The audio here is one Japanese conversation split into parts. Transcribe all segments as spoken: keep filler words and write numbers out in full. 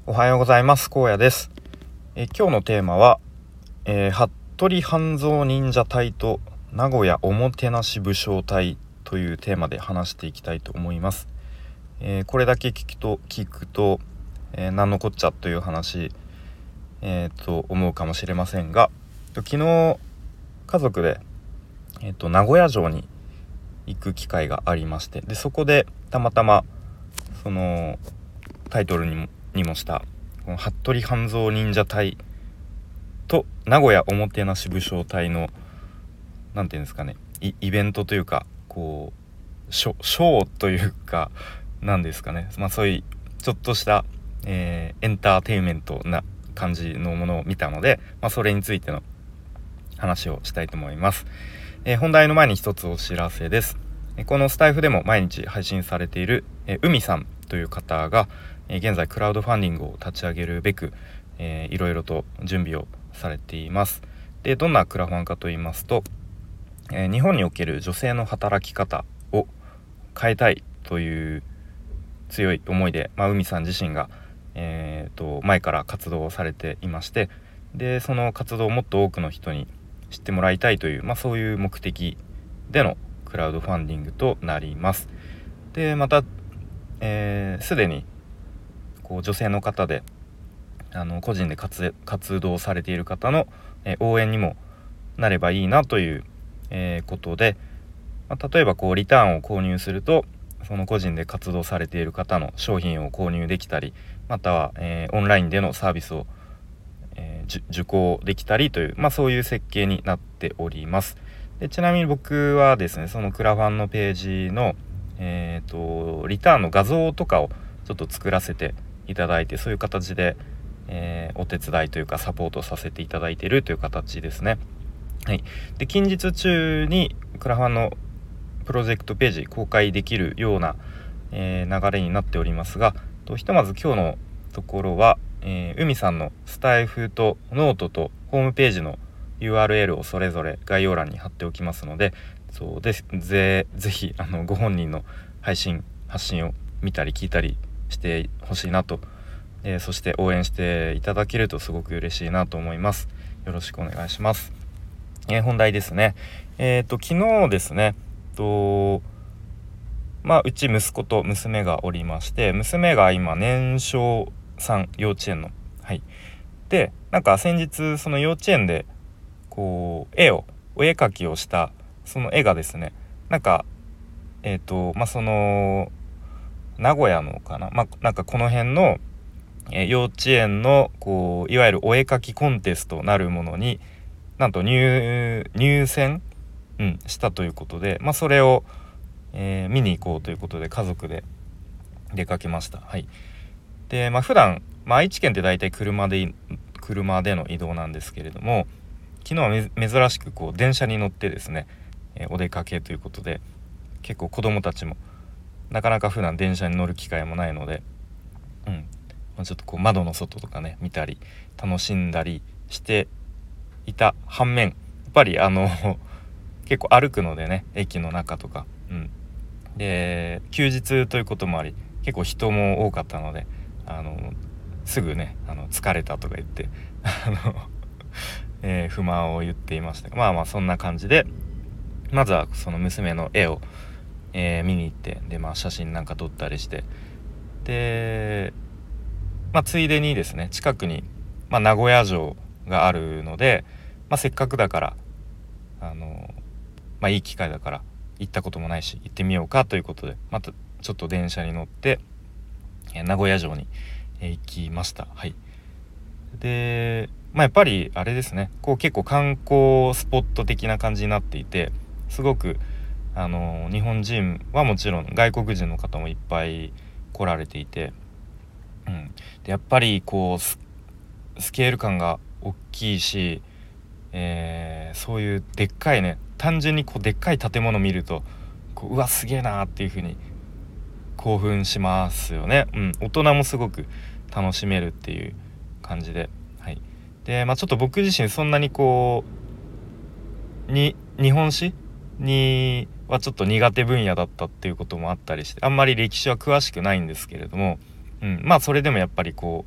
おはようございます。荒野です。え今日のテーマは、えー、服部半蔵忍者隊と名古屋おもてなし武将隊というテーマで話していきたいと思います。えー、これだけ聞くと聞くと、えー、何のこっちゃという話、えー、と思うかもしれませんが、昨日家族で、えー、と名古屋城に行く機会がありまして、でそこでたまたまそのタイトルにもにもしたこの服部半蔵忍者隊と名古屋おもてなし武将隊のなんていうんですかね、イ, イベントというかこうショ, ショーというかなんですかね、まあ、そういうちょっとした、えー、エンターテインメントな感じのものを見たので、まあ、それについての話をしたいと思います。えー、本題の前に一つお知らせです。このスタイフでも毎日配信されている、えー、海さんという方が、えー、現在クラウドファンディングを立ち上げるべく、えー、いろいろと準備をされています。でどんなクラファンかと言いますと、えー、日本における女性の働き方を変えたいという強い思いで、まあ、海さん自身が、えー、と前から活動をされていまして、でその活動をもっと多くの人に知ってもらいたいという、まあ、そういう目的でのクラウドファンディングとなります。でまたすで、えー、にこう女性の方であの個人で 活, 活動されている方の、えー、応援にもなればいいなという、えー、ことで、まあ、例えばこうリターンを購入するとその個人で活動されている方の商品を購入できたり、または、えー、オンラインでのサービスを、えー、受講できたりという、まあ、そういう設計になっております。でちなみに僕はですね、そのクラファンのページの、えー、とリターンの画像とかをちょっと作らせていただいて、そういう形で、えー、お手伝いというかサポートさせていただいているという形ですね。はい、で近日中にクラファンのプロジェクトページ公開できるような、えー、流れになっておりますが、とひとまず今日のところは、えー、海さんのスタイフとノートとホームページの ユーアールエル をそれぞれ概要欄に貼っておきますので、そうですぜぜひあのご本人の配信発信を見たり聞いたりしてほしいなと、えー、そして応援していただけるとすごく嬉しいなと思います。よろしくお願いします。えー、本題ですね。えーと昨日ですね、とまあうち息子と娘がおりまして、娘が今年少さん幼稚園の、はい、でなんか先日その幼稚園でこう絵をお絵描きをしたその絵がですね、なんかえっ、ー、とまあその名古屋のかな、まあなんかこの辺の、えー、幼稚園のこういわゆるお絵描きコンテストなるものになんと 入, 入選、うん、したということで、まあそれを、えー、見に行こうということで家族で出かけました。はい。でまあ普段、まあ、愛知県って大体車で車での移動なんですけれども、昨日は珍しくこう電車に乗ってですね、えー、お出かけということで、結構子どもたちもなかなか普段電車に乗る機会もないので、うんまあ、ちょっとこう窓の外とかね見たり楽しんだりしていた反面、やっぱりあの結構歩くのでね、駅の中とか、うん、で休日ということもあり結構人も多かったので、あのすぐねあの疲れたとか言ってあのえー、不満を言っていましたが、まあまあそんな感じでまずはその娘の絵を、えー、見に行って、でまあ写真なんか撮ったりして、でまあついでにですね近くに、まあ、名古屋城があるので、まあ、せっかくだからあのまあいい機会だから行ったこともないし行ってみようかということで、またちょっと電車に乗って、えー、名古屋城に、えー、行きました。はい。でまあやっぱりあれですね、こう結構観光スポット的な感じになっていて、すごくあの日本人はもちろん外国人の方もいっぱい来られていて、うん、でやっぱりこう ス, スケール感が大きいし、えー、そういうでっかいね、単純にこうでっかい建物見るとこう、うわすげえなーっていう風に興奮しますよね。うん、大人もすごく楽しめるっていう感じで、はい。でまあちょっと僕自身そんなにこうに日本史にはちょっと苦手分野だったっていうこともあったりして、あんまり歴史は詳しくないんですけれども、うん、まあそれでもやっぱりこう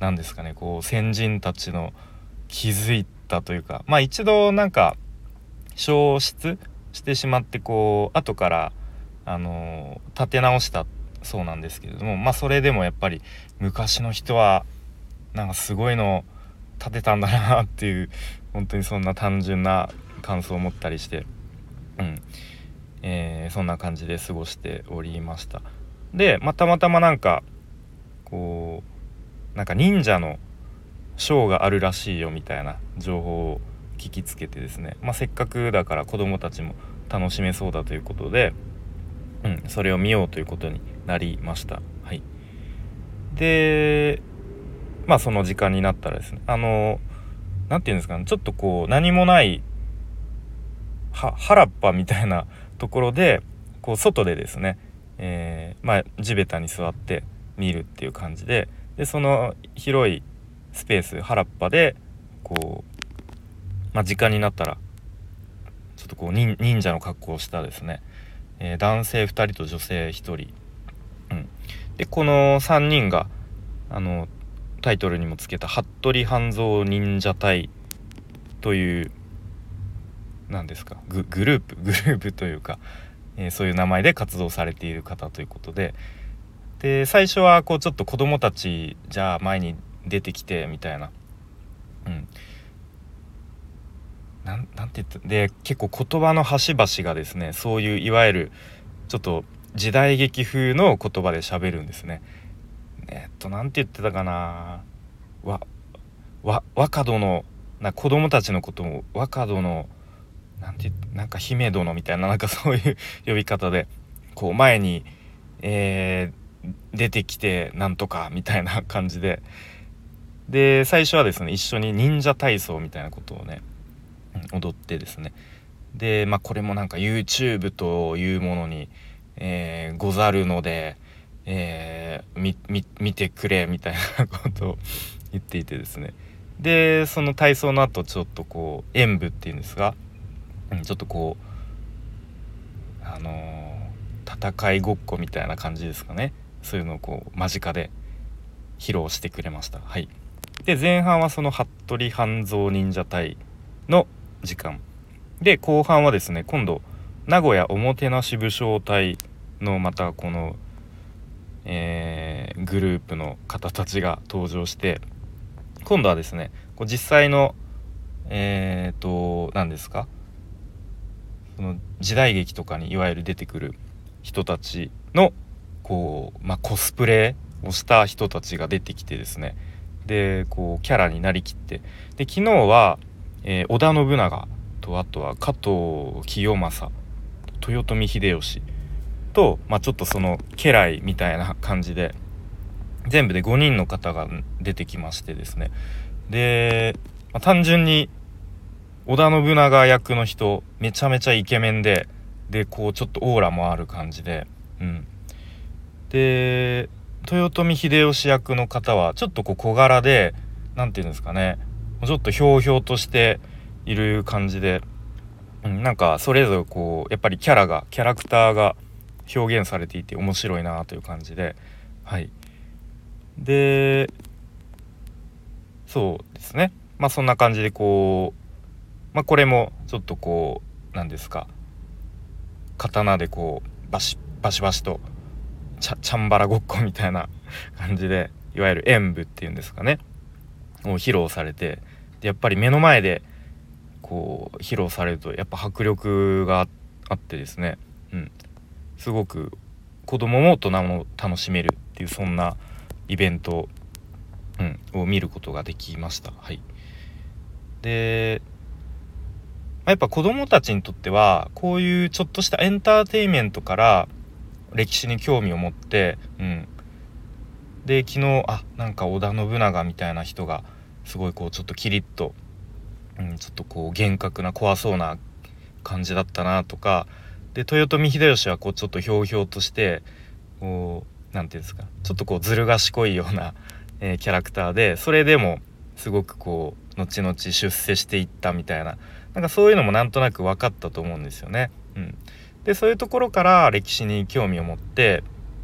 何ですかね、こう先人たちの築いたというか、まあ一度なんか消失してしまってこう後からあの立て直したそうなんですけれども、まあそれでもやっぱり昔の人はなんかすごいの建てたんだなっていう、本当にそんな単純な感想を持ったりして、うん、えーそんな感じで過ごしておりました。で、まあ、たまたまなんかこうなんか忍者のショーがあるらしいよみたいな情報を聞きつけてですね、まあ、せっかくだから子どもたちも楽しめそうだということで、うん、それを見ようということになりました。はい。で、まあその時間になったらですね、あのなんていうんですかね、ちょっとこう何もないは原っぱみたいなところでこう外でですね、えーまあ地べたに座って見るっていう感じで、でその広いスペース原っぱでこう、まあ、時間になったらちょっとこう忍忍者の格好をしたですね、えー男性ふたりと女性ひとり、うん、でこのさんにんがあのタイトルにもつけた服部半蔵忍者隊という何ですか グ, グループグループというか、えーそういう名前で活動されている方ということで、で最初はこうちょっと子供たちじゃあ前に出てきてみたいな、うん、なんなんて言ったで結構言葉の端々がですね、そういういわゆるちょっと時代劇風の言葉で喋るんですね。えーっとなんて言ってたかな、わわ若殿な、子供たちのことも若殿なんてなんか姫殿みたいな、なんかそういう呼び方でこう前に、えー出てきてなんとかみたいな感じで、で最初はですね一緒に忍者体操みたいなことをね、うん踊ってですね、でまあこれもなんか YouTube というものに、えーござるので、えーみみ見てくれみたいなことを言っていてですね、でその体操の後ちょっとこう演舞っていうんですが、うんちょっとこうあのー戦いごっこみたいな感じですかね、そういうのをこう間近で披露してくれました。はい。で前半はその服部半蔵忍者隊の時間で、後半はですね今度名古屋おもてなし武将隊のまたこの、えーグループの方たちが登場して、今度はですねこう実際のえーと何ですか、その時代劇とかにいわゆる出てくる人たちのこう、まあ、コスプレをした人たちが出てきてですね、でこうキャラになりきって、で昨日は、えー織田信長と、あとは加藤清正、豊臣秀吉と、まあ、ちょっとその家来みたいな感じで全部でごにんの方が出てきましてですね、で、まあ、単純に織田信長役の人めちゃめちゃイケメンで、でこうちょっとオーラもある感じで、うん、で豊臣秀吉役の方はちょっとこう小柄で、なんていうんですかね、ちょっとひょうひょうとしている感じで、うん、なんかそれぞれこうやっぱりキャラがキャラクターが表現されていて面白いなという感じで、はい。でそうですね、まあそんな感じでこう、まあこれもちょっとこうなんですか、刀でこうバシバシバシとチャチャンバラごっこみたいな感じで、いわゆる演舞っていうんですかねを披露されて、でやっぱり目の前でこう披露されるとやっぱ迫力があってですね、うん、すごく子供も大人も楽しめるっていう、そんなイベント、うん、を見ることができました。はい。で、まあやっぱ子供たちにとってはこういうちょっとしたエンターテインメントから歴史に興味を持って、うん、で昨日あなんか織田信長みたいな人がすごいこうちょっとキリッと、うん、ちょっとこう厳格な怖そうな感じだったなとか、で豊臣秀吉はこうちょっとひょうひょうとしてこうなんていうんですか、ちょっとこうずる賢いような、えーキャラクターで、それでもすごくこう後々出世していったみたいな、なんかそういうのもなんとなく分かったと思うんですよね。うん、でそういうところから歴史に興味を持って、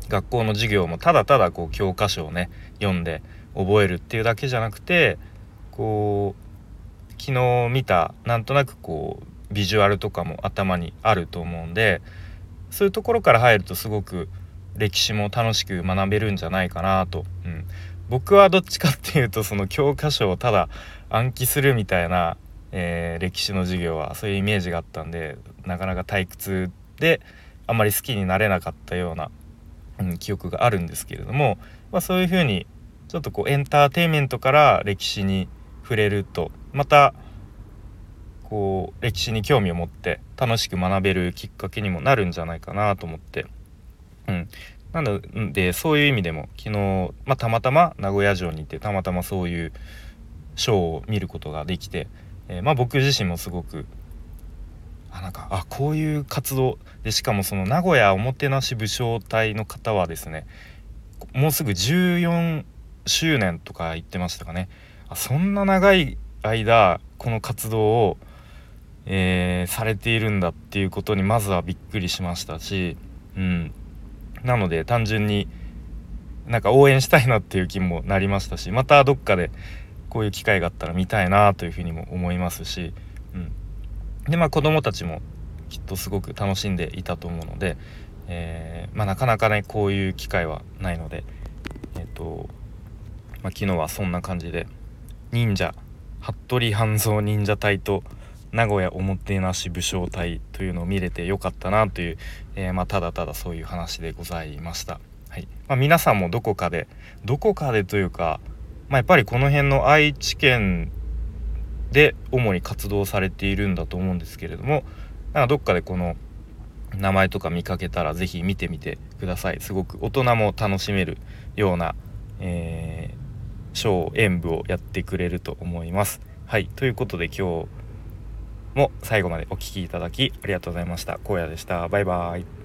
学校の授業もただただこう教科書をね読んで覚えるっていうだけじゃなくて、こう昨日見たなんとなくこうビジュアルとかも頭にあると思うんで、そういうところから入るとすごく歴史も楽しく学べるんじゃないかなと、うん、僕はどっちかっていうとその教科書をただ暗記するみたいな、えー歴史の授業はそういうイメージがあったんで、なかなか退屈であんまり好きになれなかったような、うん、記憶があるんですけれども、まあ、そういうふうにちょっとこうエンターテインメントから歴史に触れると、またこう歴史に興味を持って楽しく学べるきっかけにもなるんじゃないかなと思って、うん、なのでそういう意味でも昨日、まあ、たまたま名古屋城にいてたまたまそういうショーを見ることができて、えーまあ、僕自身もすごくあなんかあこういう活動で、しかもその名古屋おもてなし武将隊の方はですね、もうすぐじゅうよんしゅうねんとか言ってましたかね。あそんな長い間この活動を、えーされているんだっていうことにまずはびっくりしましたし、うん、なので単純になんか応援したいなっていう気もなりましたし、またどっかでこういう機会があったら見たいなというふうにも思いますし、うん、でまあ子どもたちもきっとすごく楽しんでいたと思うので、えーまあ、なかなかねこういう機会はないので、えっと、まあ、昨日はそんな感じで忍者服部半蔵忍者隊と名古屋おもてなし武将隊というのを見れてよかったなという、えーまあ、ただただそういう話でございました。はいまあ、皆さんもどこかでどこかでというか、まあ、やっぱりこの辺の愛知県で主に活動されているんだと思うんですけれども、なんかどっかでこの名前とか見かけたらぜひ見てみてください。すごく大人も楽しめるような、えー、ショー演舞をやってくれると思います。はいということで今日も最後までお聞きいただきありがとうございました。荒野でした。バイバイ。